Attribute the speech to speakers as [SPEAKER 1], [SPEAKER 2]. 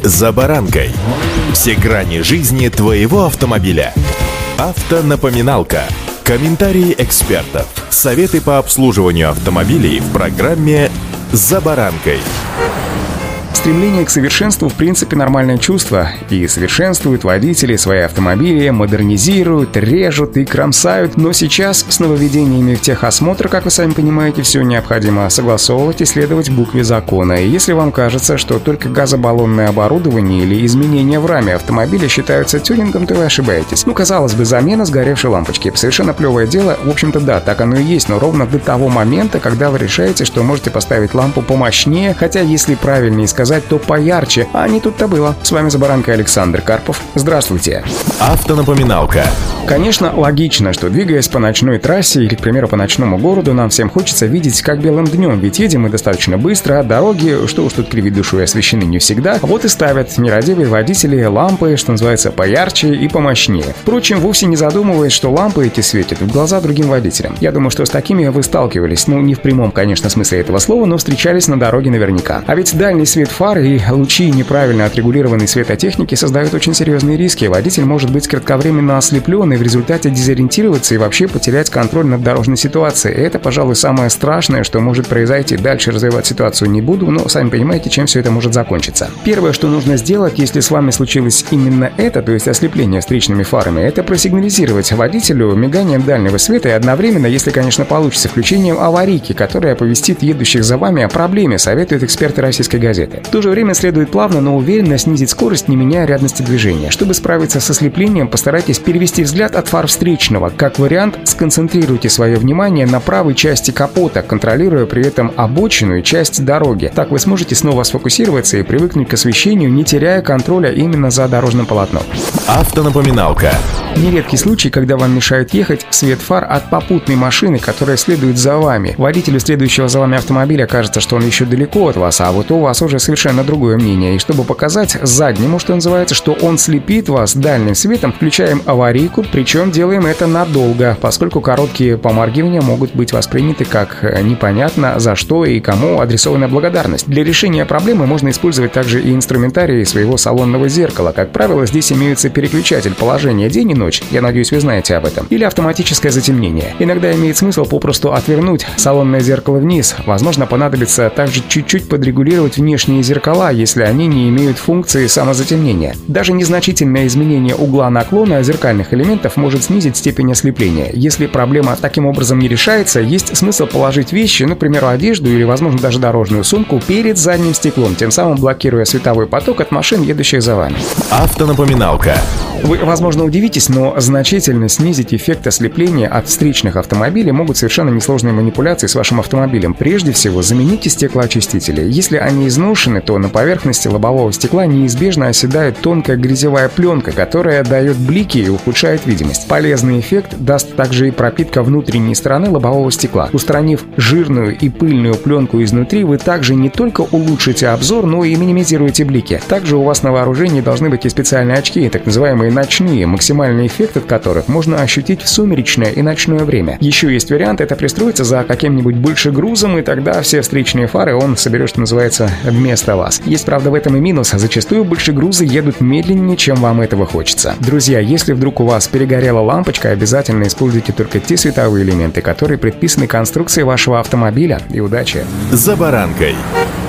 [SPEAKER 1] «За баранкой». Все грани жизни твоего автомобиля. Автонапоминалка. Комментарии экспертов. Советы по обслуживанию автомобилей в программе «За баранкой».
[SPEAKER 2] Стремление к совершенству в принципе нормальное чувство. И совершенствуют водители свои автомобили, модернизируют, режут и кромсают. Но сейчас с нововведениями в техосмотр, как вы сами понимаете, все необходимо согласовывать и следовать букве закона. И если вам кажется, что только газобаллонное оборудование или изменения в раме автомобиля считаются тюнингом, то вы ошибаетесь. Казалось бы, замена сгоревшей лампочки. Совершенно плевое дело. В общем-то, да, так оно и есть. Но ровно до того момента, когда вы решаете, что можете поставить лампу помощнее, хотя, если правильнее сказать, то поярче. А не тут-то было. С вами «За баранкой» Александр Карпов. Здравствуйте.
[SPEAKER 1] Автонапоминалка.
[SPEAKER 2] Конечно, логично, что, двигаясь по ночной трассе или, к примеру, по ночному городу, нам всем хочется видеть как белым днем, ведь едем мы достаточно быстро, а дороги, что уж тут кривить душой, освещены не всегда, вот и ставят нерадивые водители лампы, что называется, поярче и помощнее. Впрочем, вовсе не задумываясь, что лампы эти светят в глаза другим водителям. Я думаю, что с такими вы сталкивались, не в прямом, конечно, смысле этого слова, но встречались на дороге наверняка. А ведь дальний свет фар и лучи неправильно отрегулированной светотехники создают очень серьезные риски. Водитель может быть кратковременно ослеплен и в результате дезориентироваться и вообще потерять контроль над дорожной ситуацией. И это, пожалуй, самое страшное, что может произойти. Дальше развивать ситуацию не буду, но сами понимаете, чем все это может закончиться. Первое, что нужно сделать, если с вами случилось именно это, то есть ослепление встречными фарами, это просигнализировать водителю миганием дальнего света и одновременно, если, конечно, получится, включением аварийки, которая оповестит едущих за вами о проблеме, советуют эксперты «Российской газеты». В то же время следует плавно, но уверенно снизить скорость, не меняя рядности движения. Чтобы справиться с ослеплением, постарайтесь перевести взгляд от фар встречного. Как вариант, сконцентрируйте свое внимание на правой части капота, контролируя при этом обочину и часть дороги. Так вы сможете снова сфокусироваться и привыкнуть к освещению, не теряя контроля именно за дорожным полотном.
[SPEAKER 1] Автонапоминалка.
[SPEAKER 2] Нередкий случай, когда вам мешает ехать свет фар от попутной машины, которая следует за вами. Водителю следующего за вами автомобиля кажется, что он еще далеко от вас, а вот у вас уже совершенно другое мнение. И чтобы показать заднему, что называется, что он слепит вас дальним светом, включаем аварийку, причем делаем это надолго, поскольку короткие помаргивания могут быть восприняты как непонятно за что и кому адресована благодарность. Для решения проблемы можно использовать также и инструментарий своего салонного зеркала. Как правило, здесь имеется переключатель положения день и ночь, я надеюсь, вы знаете об этом, или автоматическое затемнение. Иногда имеет смысл попросту отвернуть салонное зеркало вниз. Возможно, понадобится также чуть-чуть подрегулировать внешние зеркала, если они не имеют функции самозатемнения. Даже незначительное изменение угла наклона зеркальных элементов может снизить степень ослепления. Если проблема таким образом не решается, есть смысл положить вещи, например, одежду или, возможно, даже дорожную сумку перед задним стеклом, тем самым блокируя световой поток от машин, едущих за вами.
[SPEAKER 1] Автонапоминалка.
[SPEAKER 2] Вы, возможно, удивитесь, но значительно снизить эффект ослепления от встречных автомобилей могут совершенно несложные манипуляции с вашим автомобилем. Прежде всего, замените стеклоочистители. Если они изношены, то на поверхности лобового стекла неизбежно оседает тонкая грязевая пленка, которая дает блики и ухудшает видимость. Полезный эффект даст также и пропитка внутренней стороны лобового стекла. Устранив жирную и пыльную пленку изнутри, вы также не только улучшите обзор, но и минимизируете блики. Также у вас на вооружении должны быть и специальные очки, так называемые ночные, максимальный эффект от которых можно ощутить в сумеречное и ночное время. Еще есть вариант — это пристроиться за каким-нибудь большегрузом, и тогда все встречные фары он соберет, что называется, вместо вас. Есть, правда, в этом и минус. Зачастую большегрузы едут медленнее, чем вам этого хочется. Друзья, если вдруг у вас перегорела лампочка, обязательно используйте только те световые элементы, которые предписаны конструкции вашего автомобиля. И удачи!
[SPEAKER 1] «За баранкой».